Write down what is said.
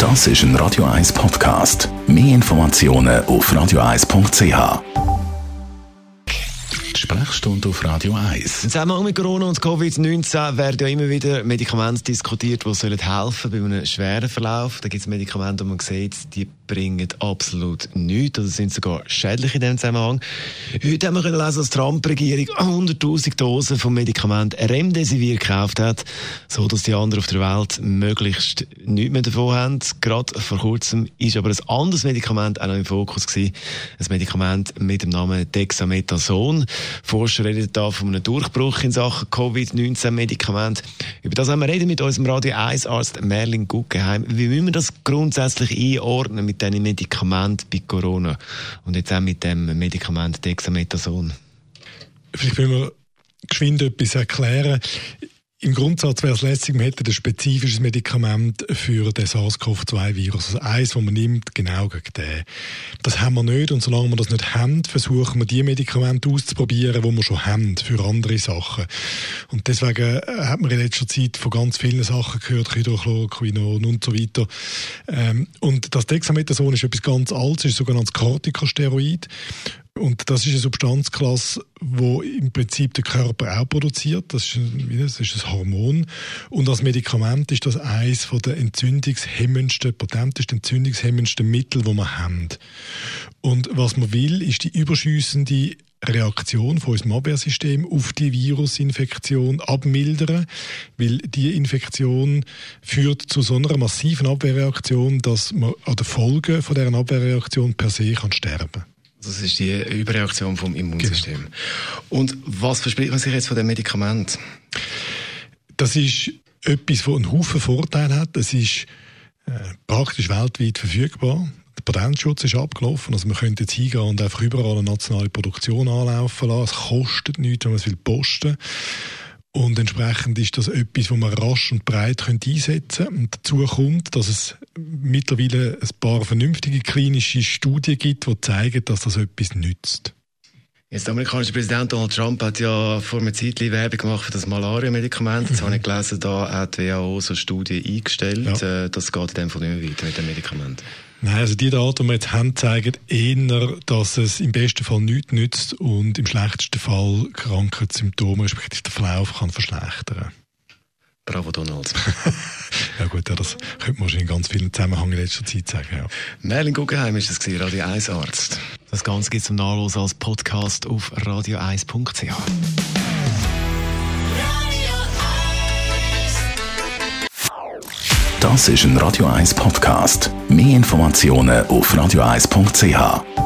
Das ist ein Radio 1 Podcast. Mehr Informationen auf radio1.ch. Sprechstunde auf Radio 1. Im Zusammenhang mit Corona und Covid-19 werden ja immer wieder Medikamente diskutiert, die helfen sollen bei einem schweren Verlauf. Da gibt es Medikamente, die man sieht, die bringen absolut nichts oder sind sogar schädlich in diesem Zusammenhang. Heute haben wir lesen, dass die Trump-Regierung 100'000 Dosen vom Medikament Remdesivir gekauft hat, so dass die anderen auf der Welt möglichst nichts mehr davon haben. Gerade vor kurzem ist aber ein anderes Medikament auch noch im Fokus gewesen. Ein Medikament mit dem Namen Dexamethason. Forscher reden da von einem Durchbruch in Sachen Covid-19-Medikament. Über das haben wir reden mit unserem Radio 1-Arzt Merlin Guggenheim. Wie müssen wir das grundsätzlich einordnen mit diesen Medikamenten bei Corona? Und jetzt auch mit dem Medikament Dexamethason. Vielleicht müssen wir geschwind etwas erklären. Im Grundsatz wäre es lässig, man hätte ein spezifisches Medikament für den SARS-CoV-2-Virus. Also eins, das man nimmt, genau gegen den. Das haben wir nicht. Und solange wir das nicht haben, versuchen wir, die Medikamente auszuprobieren, die wir schon haben, für andere Sachen. Und deswegen hat man in letzter Zeit von ganz vielen Sachen gehört, Hydrochloroquinon und so weiter. Und das Dexamethason ist etwas ganz Altes, ist ein sogenanntes Corticosteroid. Und das ist eine Substanzklasse, die im Prinzip der Körper auch produziert. Das ist ein Hormon. Und als Medikament ist das eines der potentesten entzündungshemmendsten Mittel, die wir haben. Und was man will, ist die überschüssende Reaktion von unserem Abwehrsystem auf die Virusinfektion abmildern, weil die Infektion führt zu so einer massiven Abwehrreaktion, dass man an den Folgen von dieser Abwehrreaktion per se sterben kann. Das ist die Überreaktion vom Immunsystem. Genau. Und was verspricht man sich jetzt von dem Medikament? Das ist etwas, das einen Haufen Vorteile hat. Es ist praktisch weltweit verfügbar. Der Patentschutz ist abgelaufen. Also man könnte jetzt hingehen und einfach überall eine nationale Produktion anlaufen lassen. Es kostet nichts, wenn man es posten will. Und entsprechend ist das etwas, das man rasch und breit einsetzen könnte. Und dazu kommt, dass es mittlerweile ein paar vernünftige klinische Studien gibt, die zeigen, dass das etwas nützt. Jetzt, der amerikanische Präsident Donald Trump hat ja vor einer Zeit Werbung gemacht für das Malaria-Medikament. Jetzt habe ich gelesen, da hat die WHO so eine Studie eingestellt. Ja. Das geht in dem Fall nicht mehr weiter mit dem Medikament. Nein, also die Daten, die wir jetzt haben, zeigen eher, dass es im besten Fall nichts nützt und im schlechtesten Fall Krankheitssymptome, respektive der Verlauf, kann verschlechtern. Bravo, Donald. Ja gut, ja, das könnte man schon in ganz vielen Zusammenhängen in letzter Zeit sagen. Ja. Merlin Guggenheim ist das gewesen, Radio 1 Arzt. Das Ganze gibt es zum Nachlesen als Podcast auf radio1.ch. Das ist ein Radio 1 Podcast. Mehr Informationen auf radio1.ch.